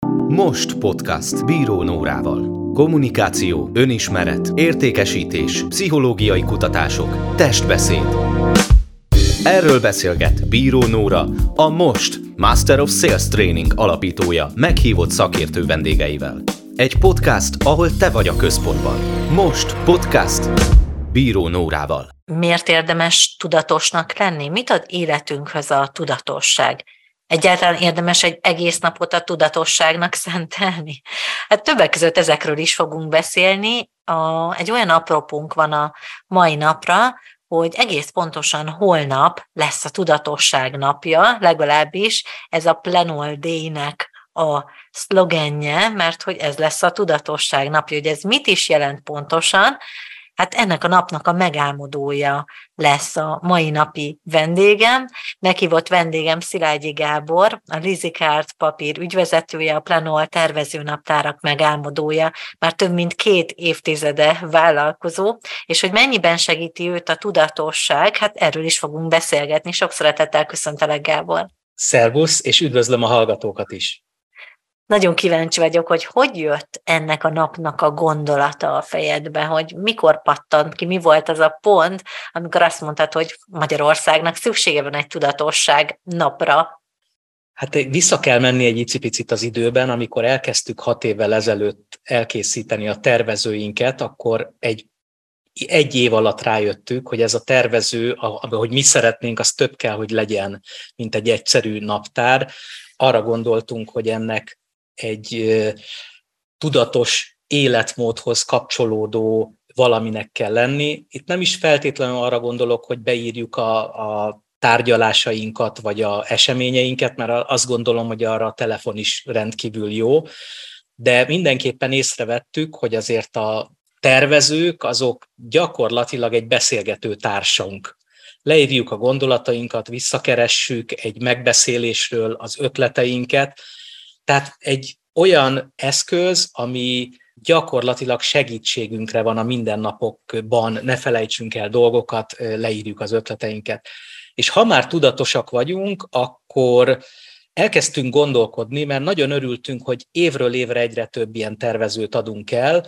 Most podcast Bíró Nórával. Kommunikáció, önismeret, értékesítés, pszichológiai kutatások, testbeszéd. Erről beszélget Bíró Nóra, a Most Master of Sales Training alapítója meghívott szakértő vendégeivel. Egy podcast, ahol te vagy a központban. Most podcast Bíró Nórával. Miért érdemes tudatosnak lenni? Mit ad életünkhöz a tudatosság? Egyáltalán érdemes egy egész napot a tudatosságnak szentelni? Hát többek között ezekről is fogunk beszélni. Egy olyan apropónk van a mai napra, hogy egész pontosan holnap lesz a tudatosság napja, legalábbis ez a Plan All Day-nek a szlogenje, mert hogy ez lesz a tudatosság napja, hogy ez mit is jelent pontosan. Hát ennek a napnak a megálmodója lesz a mai napi vendégem. Meghívott vendégem Szilágyi Gábor, a Lizikárd papír ügyvezetője, a Plan All tervezőnaptárak megálmodója, már több mint 2 évtizede vállalkozó, és hogy mennyiben segíti őt a tudatosság, hát erről is fogunk beszélgetni. Sok szeretettel köszöntelek, Gábor. Szervusz, és üdvözlöm a hallgatókat is. Nagyon kíváncsi vagyok, hogy jött ennek a napnak a gondolata a fejedbe, hogy mikor pattant ki, mi volt az a pont, amikor azt mondtad, hogy Magyarországnak szüksége van egy tudatosság napra. Hát vissza kell menni egy icipicit az időben, amikor elkezdtük 6 évvel ezelőtt elkészíteni a tervezőinket, akkor egy év alatt rájöttük, hogy ez a tervező, hogy mi szeretnénk, az több kell, hogy legyen, mint egy egyszerű naptár. Arra gondoltunk, hogy ennek egy tudatos életmódhoz kapcsolódó valaminek kell lenni. Itt nem is feltétlenül arra gondolok, hogy beírjuk a tárgyalásainkat, vagy a eseményeinket, mert azt gondolom, hogy arra a telefon is rendkívül jó, de mindenképpen észrevettük, hogy azért a tervezők azok gyakorlatilag egy beszélgető társunk. Leírjuk a gondolatainkat, visszakeressük egy megbeszélésről az ötleteinket, tehát egy olyan eszköz, ami gyakorlatilag segítségünkre van a mindennapokban, ne felejtsünk el dolgokat, leírjuk az ötleteinket. És ha már tudatosak vagyunk, akkor elkezdtünk gondolkodni, mert nagyon örültünk, hogy évről évre egyre több ilyen tervezőt adunk el,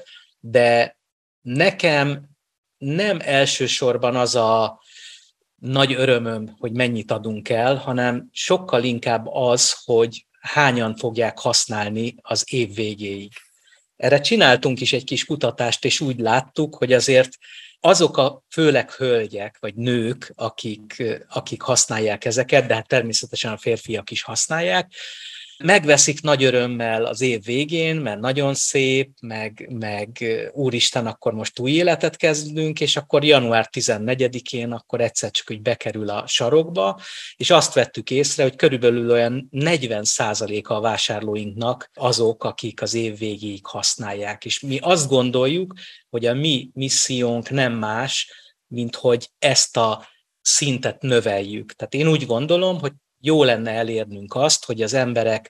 de nekem nem elsősorban az a nagy örömöm, hogy mennyit adunk el, hanem sokkal inkább az, hogy hányan fogják használni az év végéig. Erre csináltunk is egy kis kutatást, és úgy láttuk, hogy azért azok a főleg hölgyek vagy nők, akik használják ezeket, de hát természetesen a férfiak is használják, megveszik nagy örömmel az év végén, mert nagyon szép, meg úristen, akkor most új életet kezdünk, és akkor január 14-én akkor egyszer csak úgy bekerül a sarokba, és azt vettük észre, hogy körülbelül olyan 40%-a a vásárlóinknak azok, akik az év végéig használják. És mi azt gondoljuk, hogy a mi missziónk nem más, mint hogy ezt a szintet növeljük. Tehát én úgy gondolom, hogy jó lenne elérnünk azt, hogy az emberek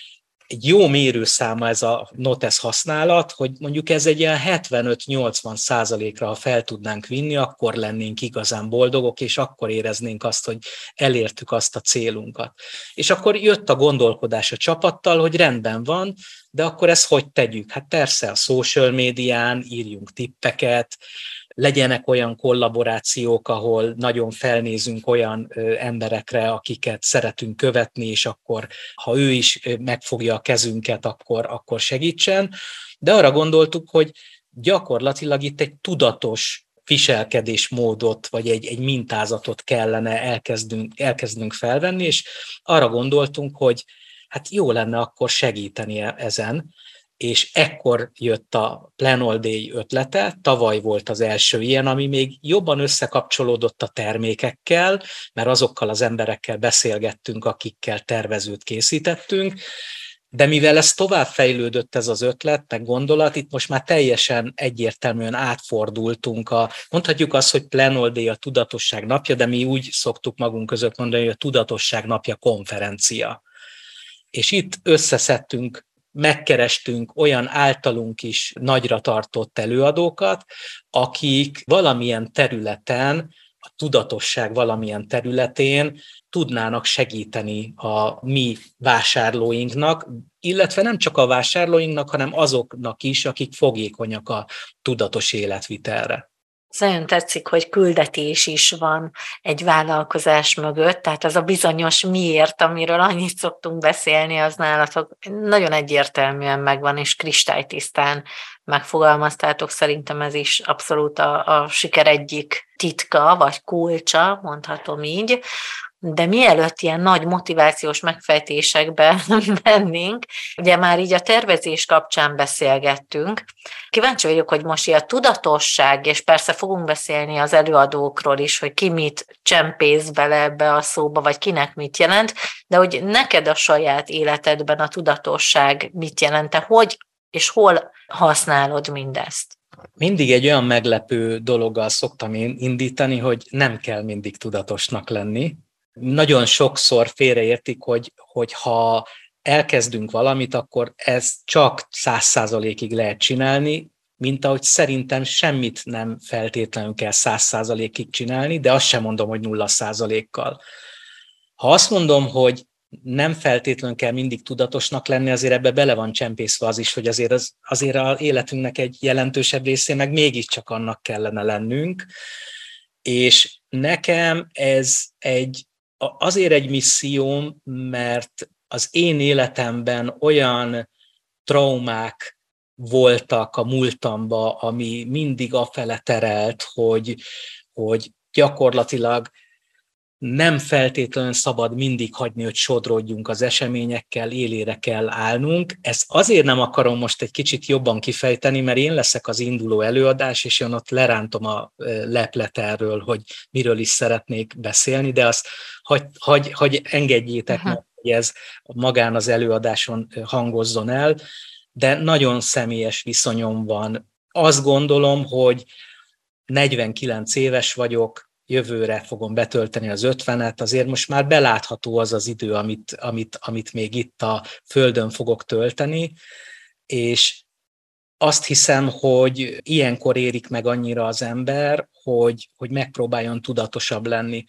egy jó mérőszáma ez a Notes használat, hogy mondjuk ez egy ilyen 75-80%-ra, ha fel tudnánk vinni, akkor lennénk igazán boldogok, és akkor éreznénk azt, hogy elértük azt a célunkat. És akkor jött a gondolkodás a csapattal, hogy rendben van, de akkor ezt hogy tegyük? Hát persze a social médián írjunk tippeket, legyenek olyan kollaborációk, ahol nagyon felnézünk olyan emberekre, akiket szeretünk követni, és akkor, ha ő is megfogja a kezünket, akkor segítsen. De arra gondoltuk, hogy gyakorlatilag itt egy tudatos viselkedésmódot, vagy egy mintázatot kellene elkezdnünk felvenni, és arra gondoltunk, hogy hát jó lenne akkor segíteni ezen, és ekkor jött a Plan All Day ötlete, tavaly volt az első ilyen, ami még jobban összekapcsolódott a termékekkel, mert azokkal az emberekkel beszélgettünk, akikkel tervezőt készítettünk, de mivel ez tovább fejlődött ez az ötlet, meg gondolat, itt most már teljesen egyértelműen átfordultunk. Mondhatjuk azt, hogy Plan All Day a tudatosság napja, de mi úgy szoktuk magunk között mondani, hogy a tudatosság napja konferencia. És itt összeszedtünk, megkerestünk olyan általunk is nagyra tartott előadókat, akik valamilyen területen a tudatosság valamilyen területén tudnának segíteni a mi vásárlóinknak, illetve nem csak a vásárlóinknak, hanem azoknak is, akik fogékonyak a tudatos életvitelre. Nagyon tetszik, hogy küldetés is van egy vállalkozás mögött, tehát az a bizonyos miért, amiről annyit szoktunk beszélni, az nálatok nagyon egyértelműen megvan, és kristálytisztán megfogalmaztátok. Szerintem ez is abszolút a siker egyik titka, vagy kulcsa, mondhatom így. De mielőtt ilyen nagy motivációs megfejtésekbe mennénk, ugye már így a tervezés kapcsán beszélgettünk. Kíváncsi vagyok, hogy most ilyen a tudatosság, és persze fogunk beszélni az előadókról is, hogy ki mit csempész bele ebbe a szóba, vagy kinek mit jelent, de hogy neked a saját életedben a tudatosság mit jelent, te hogy és hol használod mindezt? Mindig egy olyan meglepő dologgal szoktam én indítani, hogy nem kell mindig tudatosnak lenni. Nagyon sokszor félreértik, hogy ha elkezdünk valamit, akkor ez csak 100%-ig lehet csinálni, mint ahogy szerintem semmit nem feltétlenül kell 100%-ig csinálni, de azt sem mondom, hogy 0%-kal. Ha azt mondom, hogy nem feltétlenül kell mindig tudatosnak lenni, azért ebbe bele van csempészve az is, hogy azért az életünknek egy jelentősebb részén meg mégiscsak annak kellene lennünk, és nekem ez azért egy misszióm, mert az én életemben olyan traumák voltak a múltamban, ami mindig afele terelt, hogy gyakorlatilag nem feltétlenül szabad mindig hagyni, hogy sodródjunk az eseményekkel, élére kell állnunk. Ezt azért nem akarom most egy kicsit jobban kifejteni, mert én leszek az induló előadás, és én ott lerántom a leplet erről, hogy miről is szeretnék beszélni, de azt hagy engedjétek meg, hogy ez magán az előadáson hangozzon el, de nagyon személyes viszonyom van. Azt gondolom, hogy 49 éves vagyok, jövőre fogom betölteni az 50-et, azért most már belátható az az idő, amit még itt a Földön fogok tölteni, és azt hiszem, hogy ilyenkor érik meg annyira az ember, hogy megpróbáljon tudatosabb lenni.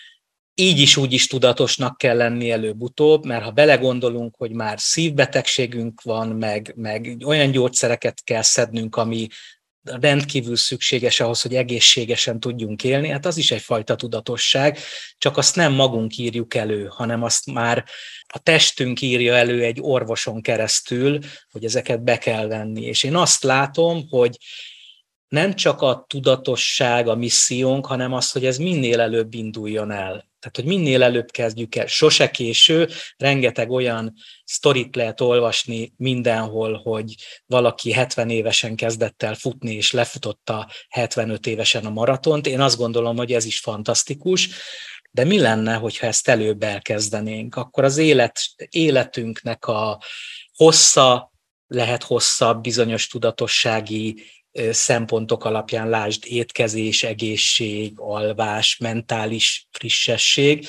Így is úgy is tudatosnak kell lenni előbb-utóbb, mert ha belegondolunk, hogy már szívbetegségünk van, meg olyan gyógyszereket kell szednünk, ami rendkívül szükséges ahhoz, hogy egészségesen tudjunk élni, hát az is egyfajta tudatosság, csak azt nem magunk írjuk elő, hanem azt már a testünk írja elő egy orvoson keresztül, hogy ezeket be kell venni. És én azt látom, hogy nem csak a tudatosság a missziónk, hanem az, hogy ez minél előbb induljon el. Tehát, hogy minél előbb kezdjük el. Sose késő, rengeteg olyan sztorit lehet olvasni mindenhol, hogy valaki 70 évesen kezdett el futni, és lefutotta 75 évesen a maratont. Én azt gondolom, hogy ez is fantasztikus, de mi lenne, hogyha ezt előbb elkezdenénk? Akkor az életünknek a hossza lehet hosszabb, bizonyos tudatossági szempontok alapján, lásd étkezés, egészség, alvás, mentális frissesség,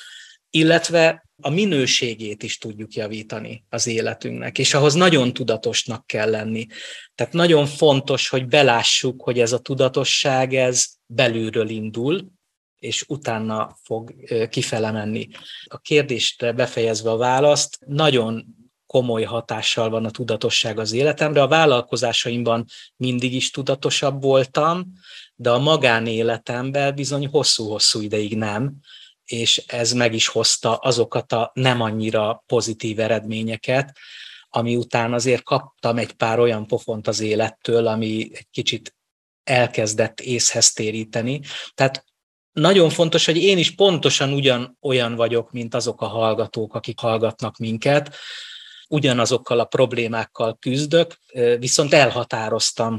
illetve a minőségét is tudjuk javítani az életünknek, és ahhoz nagyon tudatosnak kell lenni. Tehát nagyon fontos, hogy belássuk, hogy ez a tudatosság, ez belülről indul, és utána fog kifele menni. A kérdésre befejezve a választ, nagyon komoly hatással van a tudatosság az életemre. A vállalkozásaimban mindig is tudatosabb voltam, de a magánéletemben bizony hosszú-hosszú ideig nem, és ez meg is hozta azokat a nem annyira pozitív eredményeket, ami után azért kaptam egy pár olyan pofont az élettől, ami egy kicsit elkezdett észhez téríteni. Tehát nagyon fontos, hogy én is pontosan ugyanolyan vagyok, mint azok a hallgatók, akik hallgatnak minket, ugyanazokkal a problémákkal küzdök, viszont elhatároztam,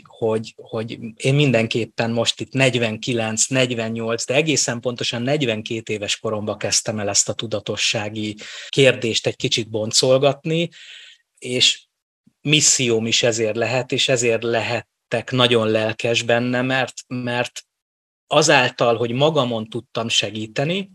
hogy én mindenképpen most itt 49, 48, de egészen pontosan 42 éves koromban kezdtem el ezt a tudatossági kérdést egy kicsit boncolgatni, és misszióm is ezért lehet, és ezért lehettek nagyon lelkes benne, mert azáltal, hogy magamon tudtam segíteni,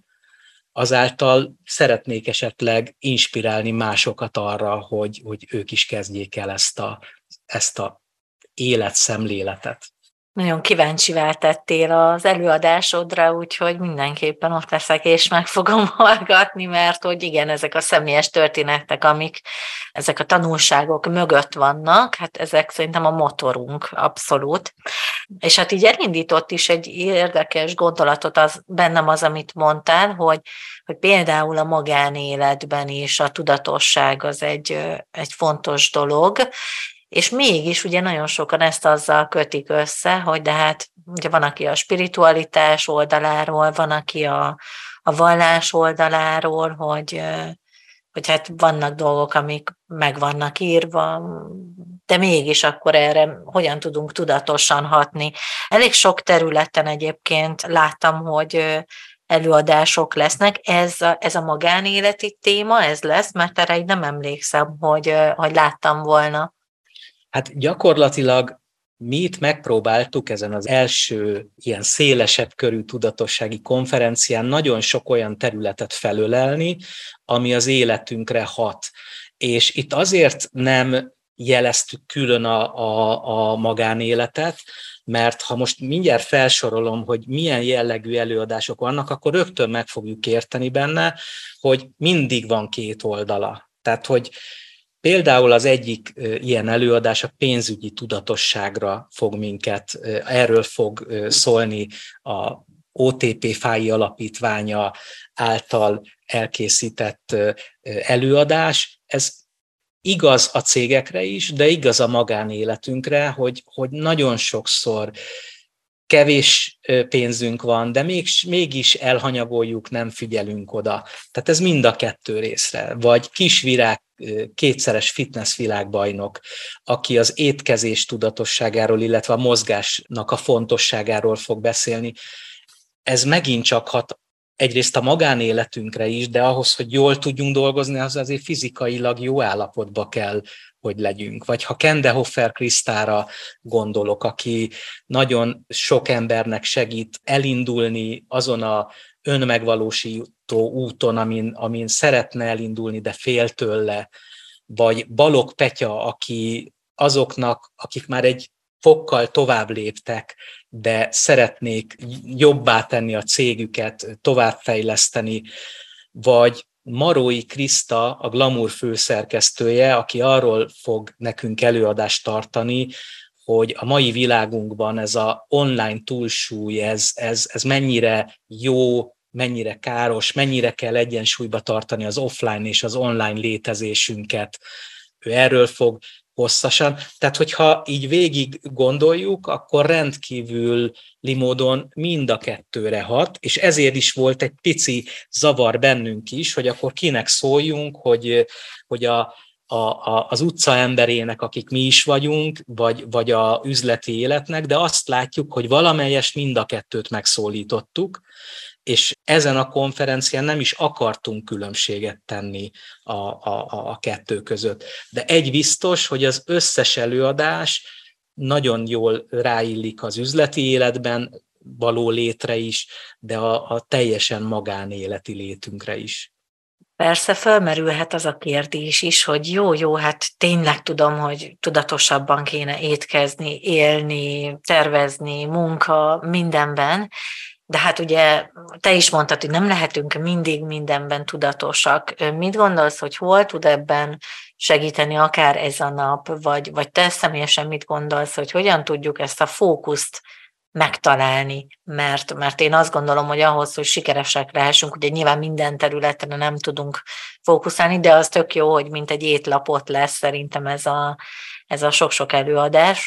azáltal szeretnék esetleg inspirálni másokat arra, hogy ők is kezdjék el ezt a életszemléletet. Nagyon kíváncsivá tettél az előadásodra, úgyhogy mindenképpen ott leszek, és meg fogom hallgatni, mert hogy igen, ezek a személyes történetek, amik ezek a tanulságok mögött vannak, hát ezek szerintem a motorunk abszolút. És hát így elindított is egy érdekes gondolatot bennem az, amit mondtál, hogy például a magánéletben is a tudatosság az egy fontos dolog, és mégis ugye nagyon sokan ezt azzal kötik össze, hogy de hát ugye van, aki a spiritualitás oldaláról, van, aki a vallás oldaláról, hogy hát vannak dolgok, amik meg vannak írva, de mégis akkor erre hogyan tudunk tudatosan hatni. Elég sok területen egyébként láttam, hogy előadások lesznek. Ez a magánéleti téma, ez lesz, mert erre így nem emlékszem, hogy láttam volna. Hát gyakorlatilag mi itt megpróbáltuk ezen az első ilyen szélesebb körű tudatossági konferencián nagyon sok olyan területet felölelni, ami az életünkre hat. És itt azért nem jeleztük külön a magánéletet, mert ha most mindjárt felsorolom, hogy milyen jellegű előadások vannak, akkor rögtön meg fogjuk érteni benne, hogy mindig van két oldala. Tehát, hogy például az egyik ilyen előadás a pénzügyi tudatosságra fog minket, erről fog szólni a OTP Fái Alapítványa által elkészített előadás. Ez igaz a cégekre is, de igaz a magánéletünkre, hogy nagyon sokszor kevés pénzünk van, de mégis elhanyagoljuk, nem figyelünk oda. Tehát ez mind a kettő részre. Vagy Kisvirág, kétszeres fitness világbajnok, aki az étkezés tudatosságáról, illetve a mozgásnak a fontosságáról fog beszélni. Ez megint csak hat egyrészt a magánéletünkre is, de ahhoz, hogy jól tudjunk dolgozni, az azért fizikailag jó állapotba kell, hogy legyünk. Vagy ha Kendehofer Krisztára gondolok, aki nagyon sok embernek segít elindulni azon a önmegvalósító úton, amin szeretne elindulni, de fél tőle, vagy Balogh Petya, aki azoknak, akik már egy fokkal tovább léptek, de szeretnék jobbá tenni a cégüket, továbbfejleszteni, vagy Marói Kriszta, a Glamour főszerkesztője, aki arról fog nekünk előadást tartani, hogy a mai világunkban ez az online túlsúly, ez mennyire jó, mennyire káros, mennyire kell egyensúlyba tartani az offline és az online létezésünket. Ő erről fog hosszasan. Tehát, hogyha így végig gondoljuk, akkor rendkívüli módon mind a kettőre hat, és ezért is volt egy pici zavar bennünk is, hogy akkor kinek szóljunk, hogy az utca emberének, akik mi is vagyunk, vagy a üzleti életnek, de azt látjuk, hogy valamelyest mind a kettőt megszólítottuk, és ezen a konferencián nem is akartunk különbséget tenni a kettő között. De egy biztos, hogy az összes előadás nagyon jól ráillik az üzleti életben való létre is, de a teljesen magánéleti létünkre is. Persze felmerülhet az a kérdés is, hogy jó, hát tényleg tudom, hogy tudatosabban kéne étkezni, élni, tervezni, munka, mindenben, de hát ugye te is mondtad, hogy nem lehetünk mindig mindenben tudatosak. Mit gondolsz, hogy hol tud ebben segíteni akár ez a nap, vagy te személyesen mit gondolsz, hogy hogyan tudjuk ezt a fókuszt megtalálni, mert én azt gondolom, hogy ahhoz, hogy sikeresek lehessünk, ugye nyilván minden területen nem tudunk fókuszálni, de az tök jó, hogy mint egy étlapot lesz szerintem ez a sok-sok előadás,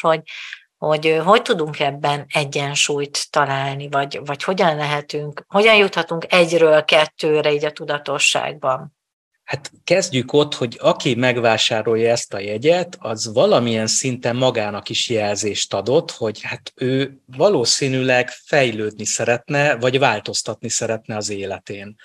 hogy tudunk ebben egyensúlyt találni, vagy hogyan juthatunk egyről kettőre így a tudatosságban. Hát kezdjük ott, hogy aki megvásárolja ezt a jegyet, az valamilyen szinten magának is jelzést adott, hogy hát ő valószínűleg fejlődni szeretne, vagy változtatni szeretne az életén.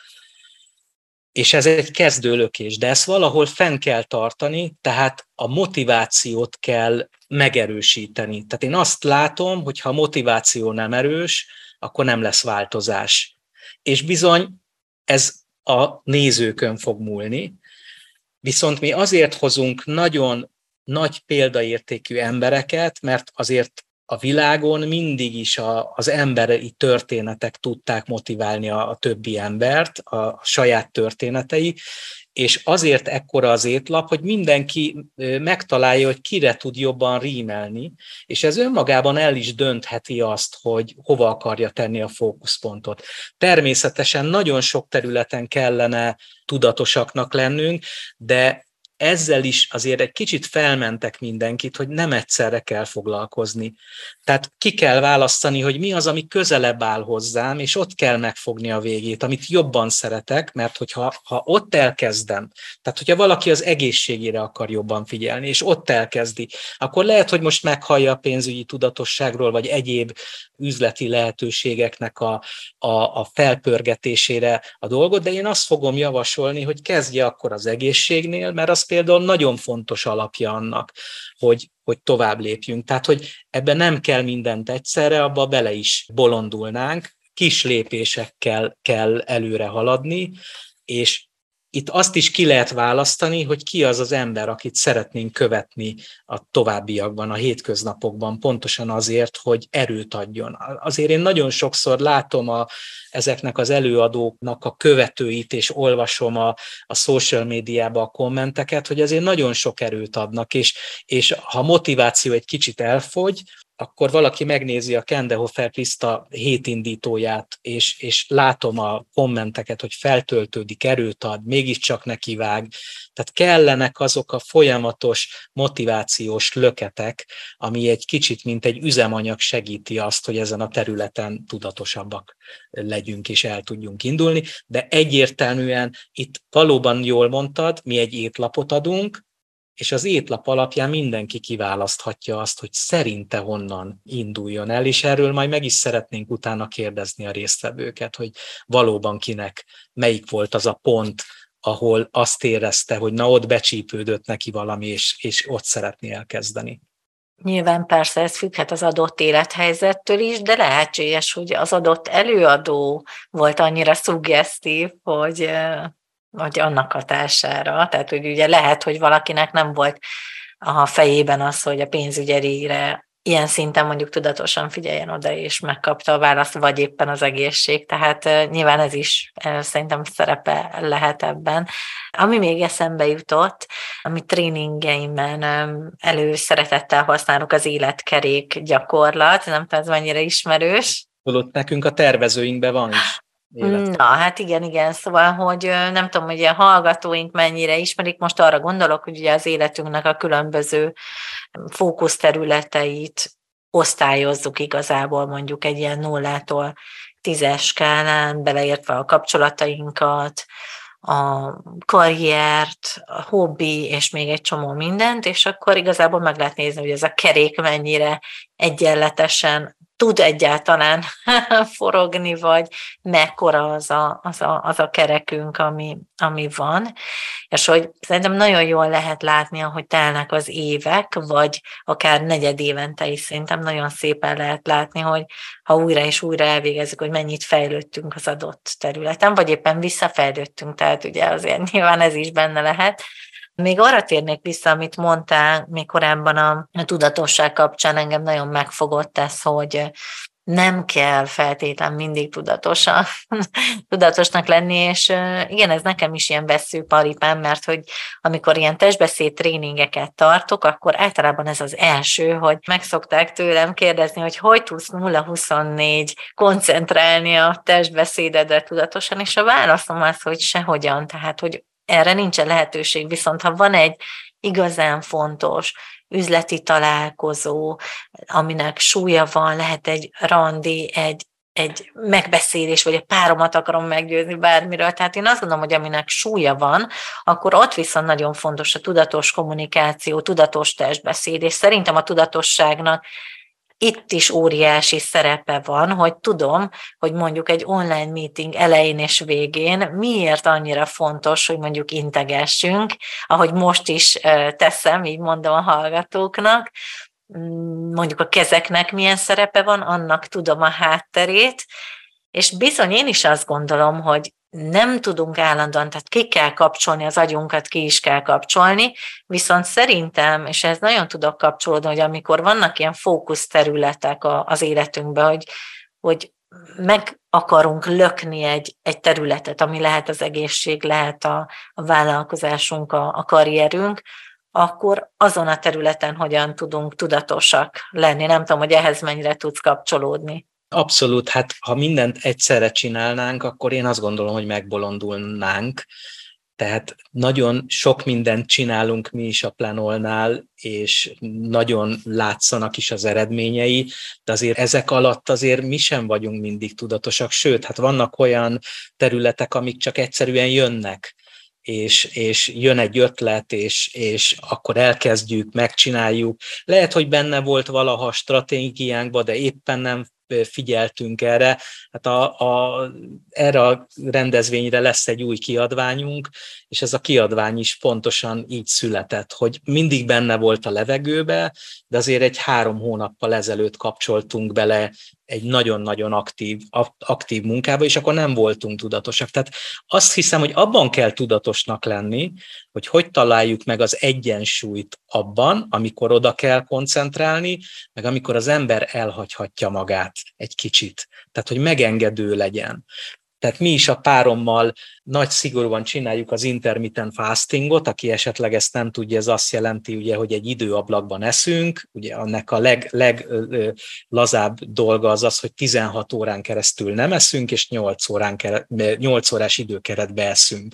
És ez egy kezdőlökés, de ezt valahol fenn kell tartani, tehát a motivációt kell megerősíteni. Tehát én azt látom, hogy ha a motiváció nem erős, akkor nem lesz változás. És bizony ez a nézőkön fog múlni, viszont mi azért hozunk nagyon nagy példaértékű embereket, mert azért a világon mindig is az emberi történetek tudták motiválni a többi embert, a saját történetei, és azért ekkora az étlap, hogy mindenki megtalálja, hogy kire tud jobban rímelni, és ez önmagában el is döntheti azt, hogy hova akarja tenni a fókuszpontot. Természetesen nagyon sok területen kellene tudatosaknak lennünk, de ezzel is azért egy kicsit felmentek mindenkit, hogy nem egyszerre kell foglalkozni. Tehát ki kell választani, hogy mi az, ami közelebb áll hozzám, és ott kell megfogni a végét, amit jobban szeretek, mert hogyha ott elkezdem, tehát hogyha valaki az egészségére akar jobban figyelni, és ott elkezdi, akkor lehet, hogy most meghallja a pénzügyi tudatosságról, vagy egyéb üzleti lehetőségeknek a felpörgetésére a dolgot, de én azt fogom javasolni, hogy kezdje akkor az egészségnél, mert az például nagyon fontos alapja annak, hogy tovább lépjünk. Tehát, hogy ebben nem kell mindent egyszerre, abba bele is bolondulnánk, kis lépésekkel kell előre haladni, és itt azt is ki lehet választani, hogy ki az az ember, akit szeretnénk követni a továbbiakban, a hétköznapokban, pontosan azért, hogy erőt adjon. Azért én nagyon sokszor látom ezeknek az előadóknak a követőit, és olvasom a social médiában a kommenteket, hogy azért nagyon sok erőt adnak, és ha motiváció egy kicsit elfogy, akkor valaki megnézi a Kendehofer Kriszta hétindítóját, és látom a kommenteket, hogy feltöltődik, erőt ad, mégiscsak nekivág. Tehát kellenek azok a folyamatos motivációs löketek, ami egy kicsit, mint egy üzemanyag segíti azt, hogy ezen a területen tudatosabbak legyünk és el tudjunk indulni. De egyértelműen itt valóban jól mondtad, mi egy étlapot adunk, és az étlap alapján mindenki kiválaszthatja azt, hogy szerinte honnan induljon el, és erről majd meg is szeretnénk utána kérdezni a résztvevőket, hogy valóban kinek melyik volt az a pont, ahol azt érezte, hogy na ott becsípődött neki valami, és ott szeretné elkezdeni. Nyilván persze ez függhet az adott élethelyzettől is, de lehetséges, hogy az adott előadó volt annyira szuggesztív, hogy annak hatására. Tehát, hogy ugye lehet, hogy valakinek nem volt a fejében az, hogy a pénzügyerére ilyen szinten mondjuk tudatosan figyeljen oda, és megkapta a választ, vagy éppen az egészség. Tehát nyilván ez is szerintem szerepe lehet ebben. Ami még eszembe jutott, ami tréningeimben előszeretettel használok, az életkerék gyakorlat. Nem tudom, ez mennyire ismerős. Ott nekünk a tervezőinkben van is. Na, hát igen, szóval, hogy nem tudom, hogy a hallgatóink mennyire ismerik, most arra gondolok, hogy ugye az életünknek a különböző fókuszterületeit osztályozzuk igazából mondjuk egy ilyen 0-tól 10-es skálán, beleértve a kapcsolatainkat, a karriert, a hobbi, és még egy csomó mindent, és akkor igazából meg lehet nézni, hogy ez a kerék mennyire egyenletesen tud egyáltalán forogni, vagy mekkora az a kerekünk, ami van. És hogy szerintem nagyon jól lehet látni, ahogy telnek az évek, vagy akár negyedévente is szerintem nagyon szépen lehet látni, hogy ha újra és újra elvégezzük, hogy mennyit fejlődtünk az adott területen, vagy éppen visszafejlődtünk, tehát ugye azért nyilván ez is benne lehet. Még arra térnék vissza, amit mondtál még korábban a tudatosság kapcsán, engem nagyon megfogott ez, hogy nem kell feltétlen mindig tudatosnak lenni, és igen, ez nekem is ilyen veszőparipám, mert hogy amikor ilyen testbeszéd tréningeket tartok, akkor általában ez az első, hogy meg szokták tőlem kérdezni, hogy tudsz 0-24 koncentrálni a testbeszédedre tudatosan, és a válaszom az, hogy sehogyan, tehát hogy erre nincsen lehetőség, viszont ha van egy igazán fontos üzleti találkozó, aminek súlya van, lehet egy randi, egy megbeszélés, vagy egy páromat akarom meggyőzni bármiről. Tehát én azt gondolom, hogy aminek súlya van, akkor ott viszont nagyon fontos a tudatos kommunikáció, tudatos testbeszéd, és szerintem a tudatosságnak itt is óriási szerepe van, hogy tudom, hogy mondjuk egy online meeting elején és végén miért annyira fontos, hogy mondjuk integessünk, ahogy most is teszem, így mondom a hallgatóknak, mondjuk a kezeknek milyen szerepe van, annak tudom a hátterét, és bizony én is azt gondolom, hogy nem tudunk állandóan, tehát ki kell kapcsolni az agyunkat, ki is kell kapcsolni, viszont szerintem, és ez nagyon tudok kapcsolódni, hogy amikor vannak ilyen fókuszterületek az életünkben, hogy meg akarunk lökni egy területet, ami lehet az egészség, lehet a vállalkozásunk, a karrierünk, akkor azon a területen hogyan tudunk tudatosak lenni. Nem tudom, hogy ehhez mennyire tudsz kapcsolódni. Abszolút, hát ha mindent egyszerre csinálnánk, akkor én azt gondolom, hogy megbolondulnánk. Tehát nagyon sok mindent csinálunk mi is a Planolnál, és nagyon látszanak is az eredményei, de azért ezek alatt azért mi sem vagyunk mindig tudatosak, sőt, hát vannak olyan területek, amik csak egyszerűen jönnek, és jön egy ötlet, és akkor elkezdjük, megcsináljuk. Lehet, hogy benne volt valaha a stratégiánkban, de éppen nem figyeltünk erre. Hát erre a rendezvényre lesz egy új kiadványunk, és ez a kiadvány is pontosan így született, hogy mindig benne volt a levegőbe, de azért egy 3 hónappal ezelőtt kapcsoltunk bele egy nagyon-nagyon aktív munkába, és akkor nem voltunk tudatosak. Tehát azt hiszem, hogy abban kell tudatosnak lenni, hogy találjuk meg az egyensúlyt abban, amikor oda kell koncentrálni, meg amikor az ember elhagyhatja magát egy kicsit. Tehát, hogy megengedő legyen. Tehát mi is a párommal nagy szigorúan csináljuk az intermittent fastingot, aki esetleg ezt nem tudja, ez azt jelenti, ugye, hogy egy időablakban eszünk, ugye annak a leglazább dolga az, hogy 16 órán keresztül nem eszünk, és 8 órás időkeretbe eszünk.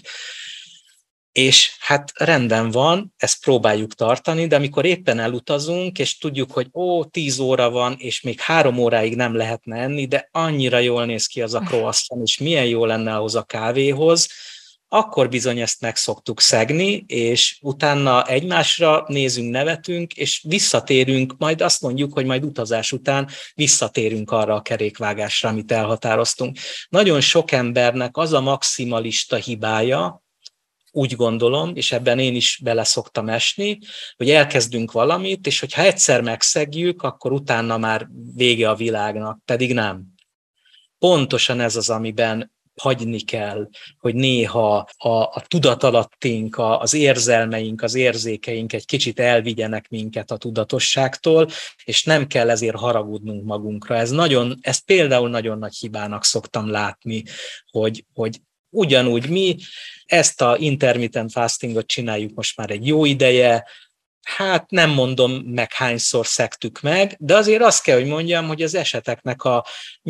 És hát rendben van, ezt próbáljuk tartani, de amikor éppen elutazunk, és tudjuk, hogy 10 óra van, és még 3 óráig nem lehetne enni, de annyira jól néz ki az a croissant, és milyen jó lenne ahhoz a kávéhoz, akkor bizony ezt meg szoktuk szegni, és utána egymásra nézünk, nevetünk, és visszatérünk, majd azt mondjuk, hogy majd utazás után visszatérünk arra a kerékvágásra, amit elhatároztunk. Nagyon sok embernek az a maximalista hibája, úgy gondolom, és ebben én is bele szoktam esni, hogy elkezdünk valamit, és hogyha egyszer megszegjük, akkor utána már vége a világnak, pedig nem. Pontosan ez az, amiben hagyni kell, hogy néha a tudatalattunk, az érzelmeink, az érzékeink egy kicsit elvigyenek minket a tudatosságtól, és nem kell ezért haragudnunk magunkra. Ezt például nagyon nagy hibának szoktam látni, hogy ugyanúgy mi ezt a intermittent fastingot csináljuk most már egy jó ideje, hát nem mondom meg hányszor szegtük meg, de azért azt kell, hogy mondjam, hogy az eseteknek a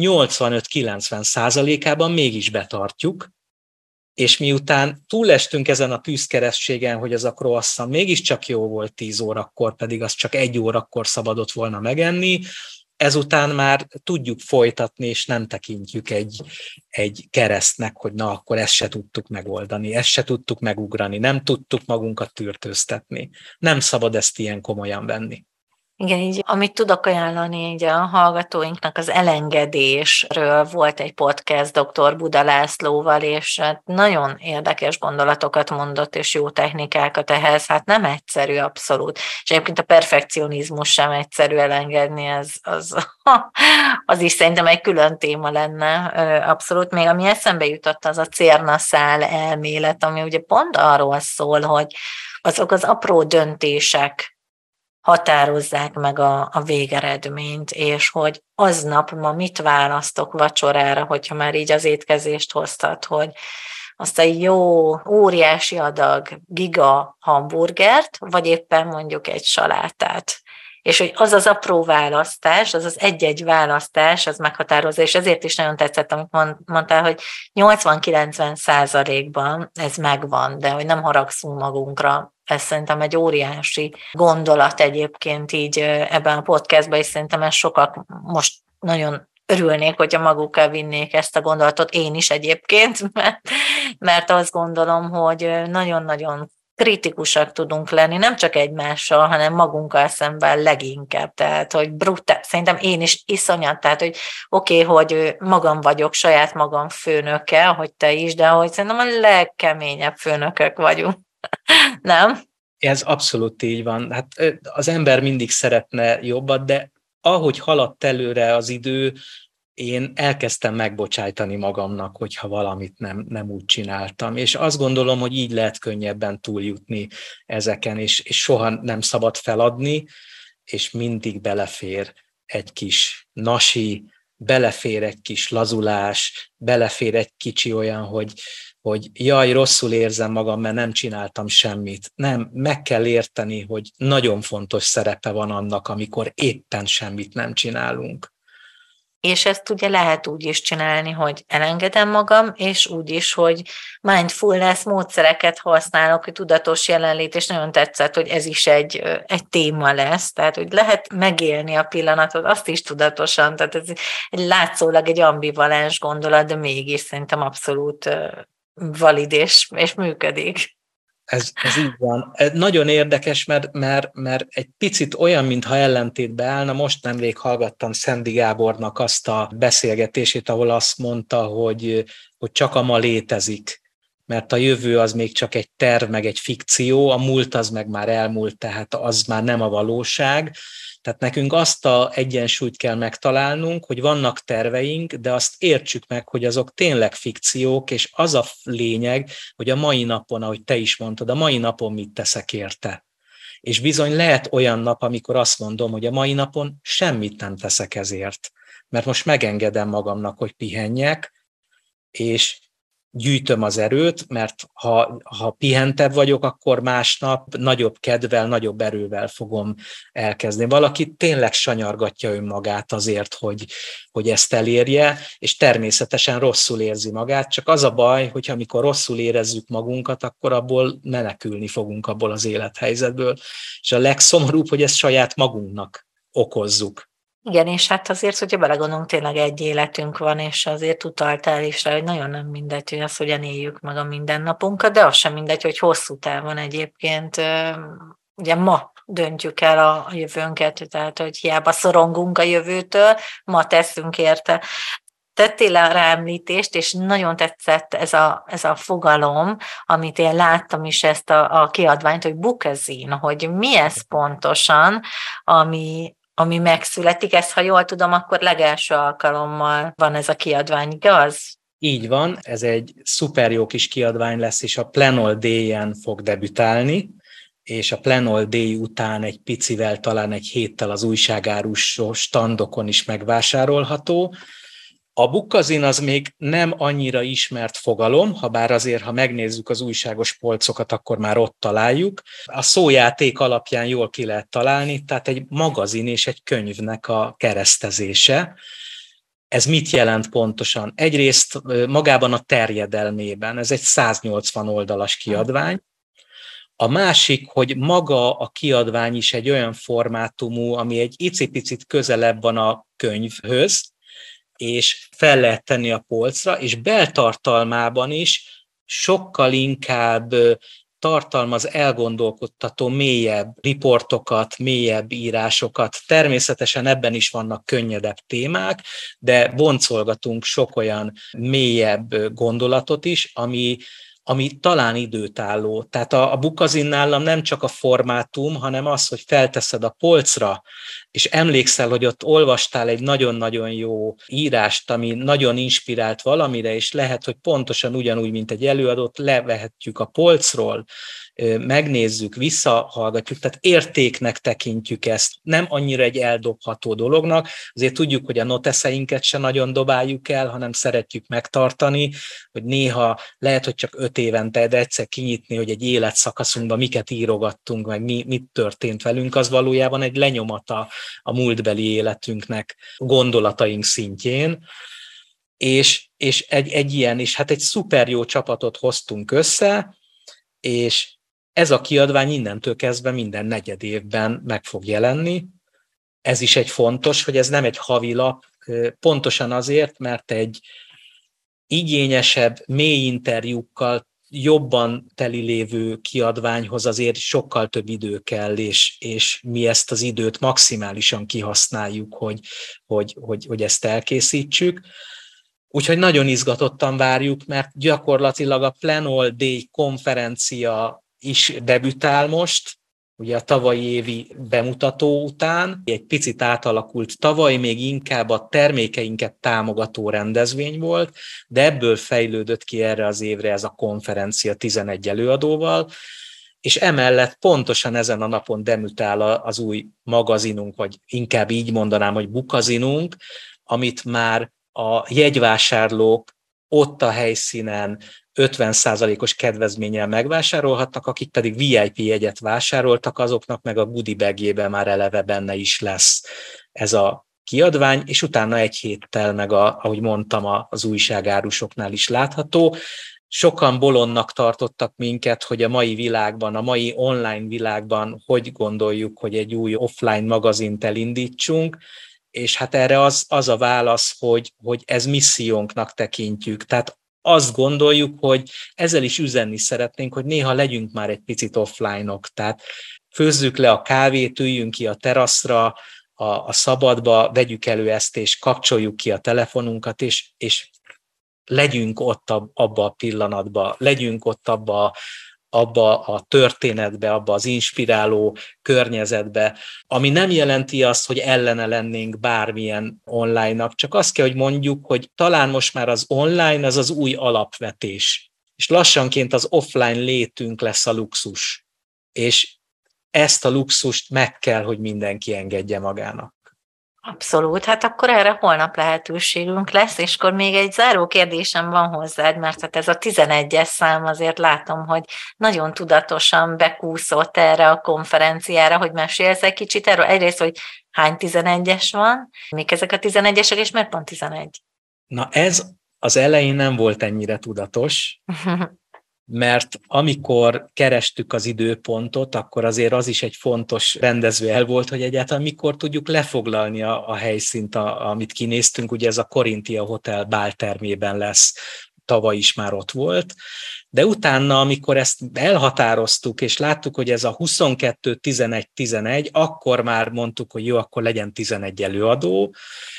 85-90%-ában mégis betartjuk, és miután túlestünk ezen a tűzkeresztségen, hogy az a croissant mégiscsak jó volt 10 órakor, pedig az csak 1 órakor szabadott volna megenni, ezután már tudjuk folytatni, és nem tekintjük egy keresztnek, hogy na, akkor ezt se tudtuk megoldani, ezt se tudtuk megugrani, nem tudtuk magunkat tűrtőztetni. Nem szabad ezt ilyen komolyan venni. Igen, így amit tudok ajánlani így a hallgatóinknak, az elengedésről volt egy podcast dr. Buda Lászlóval, és hát nagyon érdekes gondolatokat mondott, és jó technikákat ehhez, hát nem egyszerű abszolút. És egyébként a perfekcionizmus sem egyszerű elengedni, az is szerintem egy külön téma lenne abszolút. Még ami eszembe jutott, az a cérnaszál elmélet, ami ugye pont arról szól, hogy azok az apró döntések határozzák meg a végeredményt, és hogy aznap ma mit választok vacsorára, hogyha már így az étkezést hoztad, hogy azt a jó, óriási adag giga hamburgert, vagy éppen mondjuk egy salátát. És hogy az az apró választás, az az egy-egy választás, az meghatározza, és ezért is nagyon tetszett, amit mondtál, hogy 80-90%-ban ez megvan, de hogy nem haragszunk magunkra. Ez szerintem egy óriási gondolat egyébként így ebben a podcastban, és szerintem ez sokak most nagyon örülnék, hogyha magukkal vinnék ezt a gondolatot, én is egyébként, mert azt gondolom, hogy nagyon-nagyon kritikusak tudunk lenni, nem csak egymással, hanem magunkkal szemben leginkább, tehát, hogy brutál, szerintem én is iszonyat, tehát, hogy oké, hogy magam vagyok, saját magam főnöke, ahogy te is, de hogy szerintem a legkeményebb főnökök vagyunk. Nem? Ez abszolút így van. Hát az ember mindig szeretne jobbat, de ahogy haladt előre az idő, én elkezdtem megbocsájtani magamnak, hogyha valamit nem úgy csináltam. És azt gondolom, hogy így lehet könnyebben túljutni ezeken, és soha nem szabad feladni, és mindig belefér egy kis nasi, belefér egy kis lazulás, belefér egy kicsi olyan, hogy jaj, rosszul érzem magam, mert nem csináltam semmit. Nem, meg kell érteni, hogy nagyon fontos szerepe van annak, amikor éppen semmit nem csinálunk. És ezt ugye lehet úgy is csinálni, hogy elengedem magam, és úgy is, hogy mindfulness módszereket használok, hogy tudatos jelenlét, és nagyon tetszett, hogy ez is egy téma lesz. Tehát, hogy lehet megélni a pillanatot, azt is tudatosan. Tehát ez egy látszólag egy ambivalens gondolat, de mégis szerintem abszolút valid és működik. Ez így van. Ez nagyon érdekes, mert egy picit olyan, mintha ellentétbe állna. Most nemrég hallgattam Szendi Gábornak azt a beszélgetését, ahol azt mondta, hogy csak a ma létezik, mert a jövő az még csak egy terv, meg egy fikció, a múlt az meg már elmúlt, tehát az már nem a valóság. Tehát nekünk azt az egyensúlyt kell megtalálnunk, hogy vannak terveink, de azt értsük meg, hogy azok tényleg fikciók, és az a lényeg, hogy a mai napon, ahogy te is mondtad, a mai napon mit teszek érte. És bizony lehet olyan nap, amikor azt mondom, hogy a mai napon semmit nem teszek ezért, mert most megengedem magamnak, hogy pihenjek, és gyűjtöm az erőt, mert ha pihentebb vagyok, akkor másnap nagyobb kedvel, nagyobb erővel fogom elkezdeni. Valaki tényleg sanyargatja önmagát azért, hogy ezt elérje, és természetesen rosszul érzi magát, csak az a baj, hogy amikor rosszul érezzük magunkat, akkor abból menekülni fogunk abból az élethelyzetből. És a legszomorúbb, hogy ezt saját magunknak okozzuk. Igen, és hát azért, hogyha belegondolunk, tényleg egy életünk van, és azért utaltál is rá, hogy nagyon nem mindegy, hogy azt hogyan éljük meg a mindennapunkat, de az sem mindegy, hogy hosszú távon egyébként, ugye ma döntjük el a jövőnket, tehát hogy hiába szorongunk a jövőtől, ma teszünk érte. Tettél rá említést, és nagyon tetszett ez a fogalom, amit én láttam is ezt a kiadványt, hogy bookazine, hogy mi ez pontosan, ami megszületik. Ezt, ha jól tudom, akkor legelső alkalommal van ez a kiadvány, igaz? Így van, ez egy szuper jó kis kiadvány lesz, és a Plan All Day-en fog debütálni, és a Plan All Day után egy picivel, talán egy héttel az újságárus standokon is megvásárolható. A bookazine az még nem annyira ismert fogalom, habár azért, ha megnézzük az újságos polcokat, akkor már ott találjuk. A szójáték alapján jól ki lehet találni, tehát egy magazin és egy könyvnek a keresztezése. Ez mit jelent pontosan? Egyrészt magában a terjedelmében, ez egy 180 oldalas kiadvány. A másik, hogy maga a kiadvány is egy olyan formátumú, ami egy icipicit közelebb van a könyvhöz, és fel lehet tenni a polcra, és beltartalmában is sokkal inkább tartalmaz elgondolkodtató mélyebb riportokat, mélyebb írásokat. Természetesen ebben is vannak könnyedebb témák, de boncolgatunk sok olyan mélyebb gondolatot is, ami talán időtálló. Tehát a bookazine nálam nem csak a formátum, hanem az, hogy felteszed a polcra, és emlékszel, hogy ott olvastál egy nagyon-nagyon jó írást, ami nagyon inspirált valamire, és lehet, hogy pontosan ugyanúgy, mint egy előadót, levehetjük a polcról, megnézzük, visszahallgatjuk, tehát értéknek tekintjük ezt, nem annyira egy eldobható dolognak, azért tudjuk, hogy a noteszeinket se nagyon dobáljuk el, hanem szeretjük megtartani, hogy néha lehet, hogy csak 5 évente, de egyszer kinyitni, hogy egy életszakaszunkban miket írogattunk, meg mit történt velünk, az valójában egy lenyomata a múltbeli életünknek gondolataink szintjén, és egy ilyen is, hát egy szuper jó csapatot hoztunk össze, és ez a kiadvány innentől kezdve minden negyed évben meg fog jelenni. Ez is egy fontos, hogy ez nem egy havilap, pontosan azért, mert egy igényesebb, mély interjúkkal jobban telilévő kiadványhoz azért sokkal több idő kell, és mi ezt az időt maximálisan kihasználjuk, hogy ezt elkészítsük. Úgyhogy nagyon izgatottan várjuk, mert gyakorlatilag a Plan All Day konferencia is debütál most, ugye a tavalyi évi bemutató után egy picit átalakult, tavaly még inkább a termékeinket támogató rendezvény volt, de ebből fejlődött ki erre az évre ez a konferencia 11 előadóval, és emellett pontosan ezen a napon debütál az új magazinunk, vagy inkább így mondanám, hogy bukazinunk, amit már a jegyvásárlók ott a helyszínen 50%-os kedvezménnyel megvásárolhatnak, akik pedig VIP jegyet vásároltak, azoknak meg a goodie bagjében már eleve benne is lesz ez a kiadvány, és utána egy héttel meg, ahogy mondtam, az újságárusoknál is látható. Sokan bolondnak tartottak minket, hogy a mai világban, a mai online világban hogy gondoljuk, hogy egy új offline magazint elindítsunk, és hát erre az a válasz, hogy ez missziónknak tekintjük. Tehát azt gondoljuk, hogy ezzel is üzenni szeretnénk, hogy néha legyünk már egy picit offline-ok. Tehát főzzük le a kávét, üljünk ki a teraszra, a szabadba, vegyük elő ezt, és kapcsoljuk ki a telefonunkat, és legyünk ott abba a pillanatba, legyünk ott abba a történetbe, abba az inspiráló környezetbe, ami nem jelenti azt, hogy ellene lennénk bármilyen online-nak, csak azt kell, hogy mondjuk, hogy talán most már az online az új alapvetés, és lassanként az offline létünk lesz a luxus, és ezt a luxust meg kell, hogy mindenki engedje magának. Abszolút, hát akkor erre holnap lehetőségünk lesz, és akkor még egy záró kérdésem van hozzád, mert hát ez a 11-es szám, azért látom, hogy nagyon tudatosan bekúszott erre a konferenciára, hogy mesélsz egy kicsit erről. Egyrészt, hogy hány 11-es van, mik ezek a 11-esek, és miért pont 11? Na ez az elején nem volt ennyire tudatos, mert amikor kerestük az időpontot, akkor azért az is egy fontos rendezőel volt, hogy egyáltalán mikor tudjuk lefoglalni a helyszínt, amit kinéztünk. Ugye ez a Corinthia Hotel báltermében lesz, tavaly is már ott volt, de utána, amikor ezt elhatároztuk, és láttuk, hogy ez a 22-11-11, akkor már mondtuk, hogy jó, akkor legyen 11 előadó,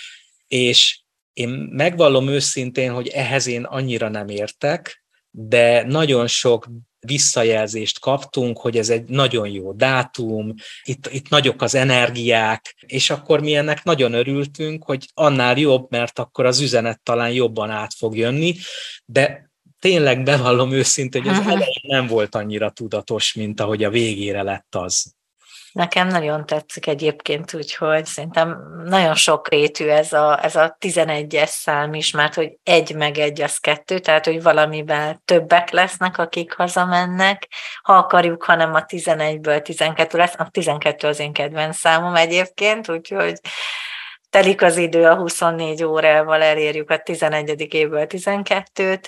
és én megvallom őszintén, hogy ehhez én annyira nem értek, de nagyon sok visszajelzést kaptunk, hogy ez egy nagyon jó dátum, itt nagyok az energiák, és akkor mi ennek nagyon örültünk, hogy annál jobb, mert akkor az üzenet talán jobban át fog jönni, de tényleg bevallom őszintén, hogy az elején nem volt annyira tudatos, mint ahogy a végére lett az. Nekem nagyon tetszik egyébként, úgyhogy szerintem nagyon sokrétű ez a 11-es szám is, mert hogy 1 meg 1 az 2, tehát hogy valamivel többek lesznek, akik hazamennek, ha akarjuk, hanem a 11-ből 12 lesz, a 12 az én kedvenc számom egyébként, úgyhogy telik az idő, a 24 órával elérjük a 11. évből 12-t,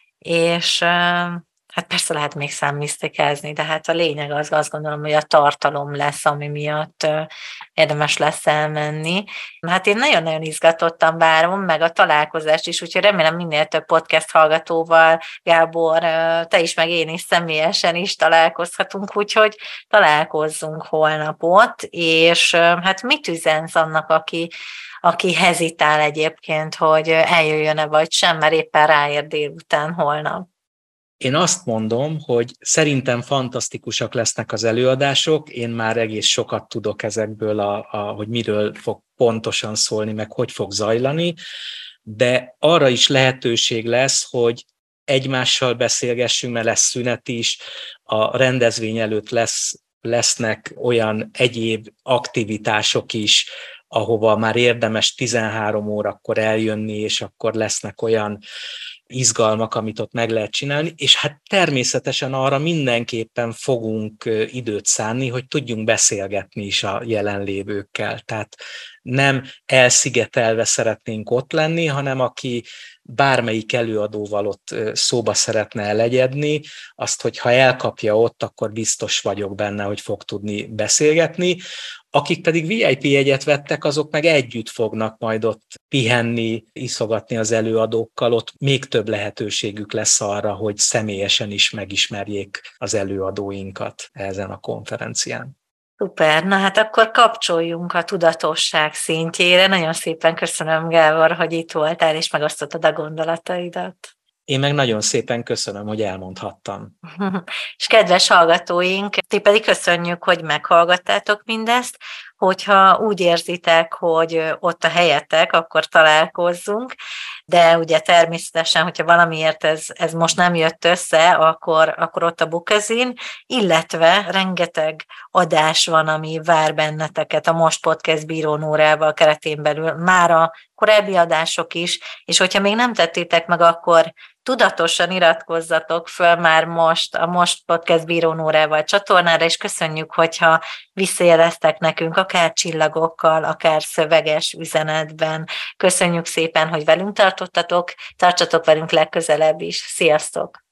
és hát persze lehet még számmisztikázni, de hát a lényeg az, azt gondolom, hogy a tartalom lesz, ami miatt érdemes lesz elmenni. Hát én nagyon-nagyon izgatottan várom, meg a találkozást is, úgyhogy remélem minél több podcast hallgatóval, Gábor, te is, meg én is személyesen is találkozhatunk, úgyhogy találkozzunk holnap ott, és hát mit üzensz annak, aki hezitál egyébként, hogy eljöjjön-e vagy sem, mert éppen ráér délután holnap. Én azt mondom, hogy szerintem fantasztikusak lesznek az előadások, én már egész sokat tudok ezekből, hogy miről fog pontosan szólni, meg hogy fog zajlani, de arra is lehetőség lesz, hogy egymással beszélgessünk, mert lesz szünet is, a rendezvény előtt lesznek olyan egyéb aktivitások is, ahova már érdemes 13 órakor eljönni, és akkor lesznek olyan izgalmak, amit ott meg lehet csinálni, és hát természetesen arra mindenképpen fogunk időt szánni, hogy tudjunk beszélgetni is a jelenlévőkkel. Tehát nem elszigetelve szeretnénk ott lenni, hanem aki bármelyik előadóval ott szóba szeretne elegyedni, azt, hogyha elkapja ott, akkor biztos vagyok benne, hogy fog tudni beszélgetni. Akik pedig VIP jegyet vettek, azok meg együtt fognak majd ott pihenni, iszogatni az előadókkal, ott még több lehetőségük lesz arra, hogy személyesen is megismerjék az előadóinkat ezen a konferencián. Szuper, na hát akkor kapcsoljunk a tudatosság szintjére. Nagyon szépen köszönöm, Gábor, hogy itt voltál, és megosztottad a gondolataidat. Én meg nagyon szépen köszönöm, hogy elmondhattam. És kedves hallgatóink, ti pedig köszönjük, hogy meghallgattátok mindezt. Hogyha úgy érzitek, hogy ott a helyetek, akkor találkozzunk, de ugye természetesen, hogyha valamiért ez most nem jött össze, akkor ott a Bookazin, illetve rengeteg adás van, ami vár benneteket a Most Podcast Bíró Nórával keretén belül, már a korábbi adások is, és hogyha még nem tettétek meg, akkor tudatosan iratkozzatok föl már most a Most Podcast Bíró Nórával csatornára, és köszönjük, hogyha visszajeleztek nekünk, akár csillagokkal, akár szöveges üzenetben. Köszönjük szépen, hogy velünk tartottatok, tartsatok velünk legközelebb is. Sziasztok!